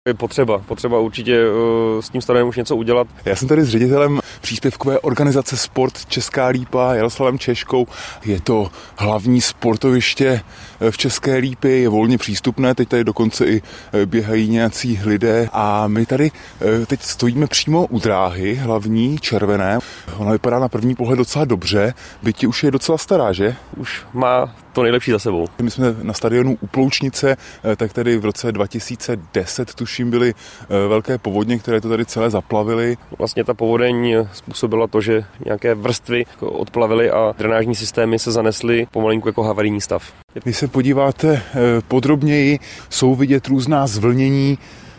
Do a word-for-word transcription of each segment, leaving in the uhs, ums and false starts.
Je potřeba, potřeba určitě s tím stadionem už něco udělat. Já jsem tady s ředitelem příspěvkové organizace Sport Česká Lípa Jaroslavem Češkou. Je to hlavní sportoviště v České Lípy, je volně přístupné, teď tady dokonce i běhají nějací lidé a my tady teď stojíme přímo u dráhy hlavní, červené. Ona vypadá na první pohled docela dobře, byť už je docela stará, že? Už má to nejlepší za sebou. My jsme na stadionu u Ploučnice, tak tady v roce dva tisíce deset tuším byly velké povodně, které to tady celé zaplavily. Vlastně ta povodeň způsobila to, že nějaké vrstvy odplavily a drenážní systémy se zanesly pomalinku jako havarijní stav. Když se podíváte podrobněji, jsou vidět různá zvlnění,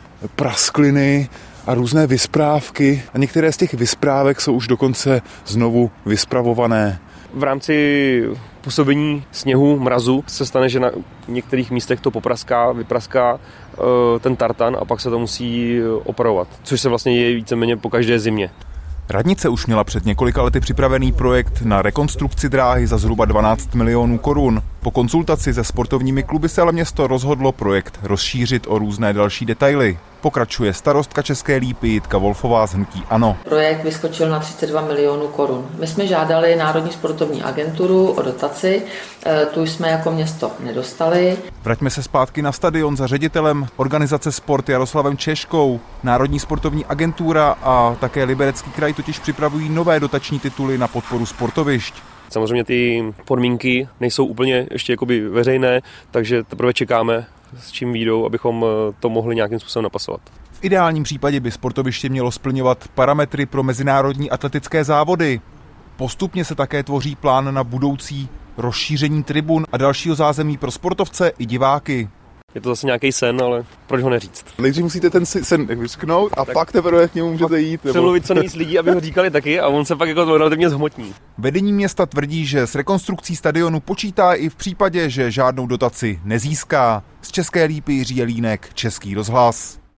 praskliny a různé vysprávky a některé z těch vysprávek jsou už dokonce znovu vyspravované. V rámci působení sněhu, mrazu se stane, že na některých místech to popraská, vypraská ten tartan a pak se to musí opravovat, což se vlastně je víceméně po každé zimě. Radnice už měla před několika lety připravený projekt na rekonstrukci dráhy za zhruba dvanáct milionů korun. Po konzultaci se sportovními kluby se ale město rozhodlo projekt rozšířit o různé další detaily. Pokračuje starostka České Lípy Jitka Wolfová z hnutí ANO. Projekt vyskočil na třicet dva milionů korun. My jsme žádali Národní sportovní agenturu o dotaci, tu jsme jako město nedostali. Vraťme se zpátky na stadion za ředitelem organizace Sport Jaroslavem Češkou. Národní sportovní agentura a také Liberecký kraj totiž připravují nové dotační tituly na podporu sportovišť. Samozřejmě ty podmínky nejsou úplně ještě jakoby veřejné, takže teprve čekáme, s čím výjdou, abychom to mohli nějakým způsobem napasovat. V ideálním případě by sportoviště mělo splňovat parametry pro mezinárodní atletické závody. Postupně se také tvoří plán na budoucí rozšíření tribun a dalšího zázemí pro sportovce i diváky. Je to zase nějaký sen, ale proč ho neříct? Nejdřív musíte ten sen vyřknout a tak pak teprve k němu můžete jít. Nebo... Přemluvit co nejvíc lidí, aby ho říkali taky a on se pak jako relativně zhmotní. Vedení města tvrdí, že s rekonstrukcí stadionu počítá i v případě, že žádnou dotaci nezíská. Z České Lípy Jiří Jelínek, Český rozhlas.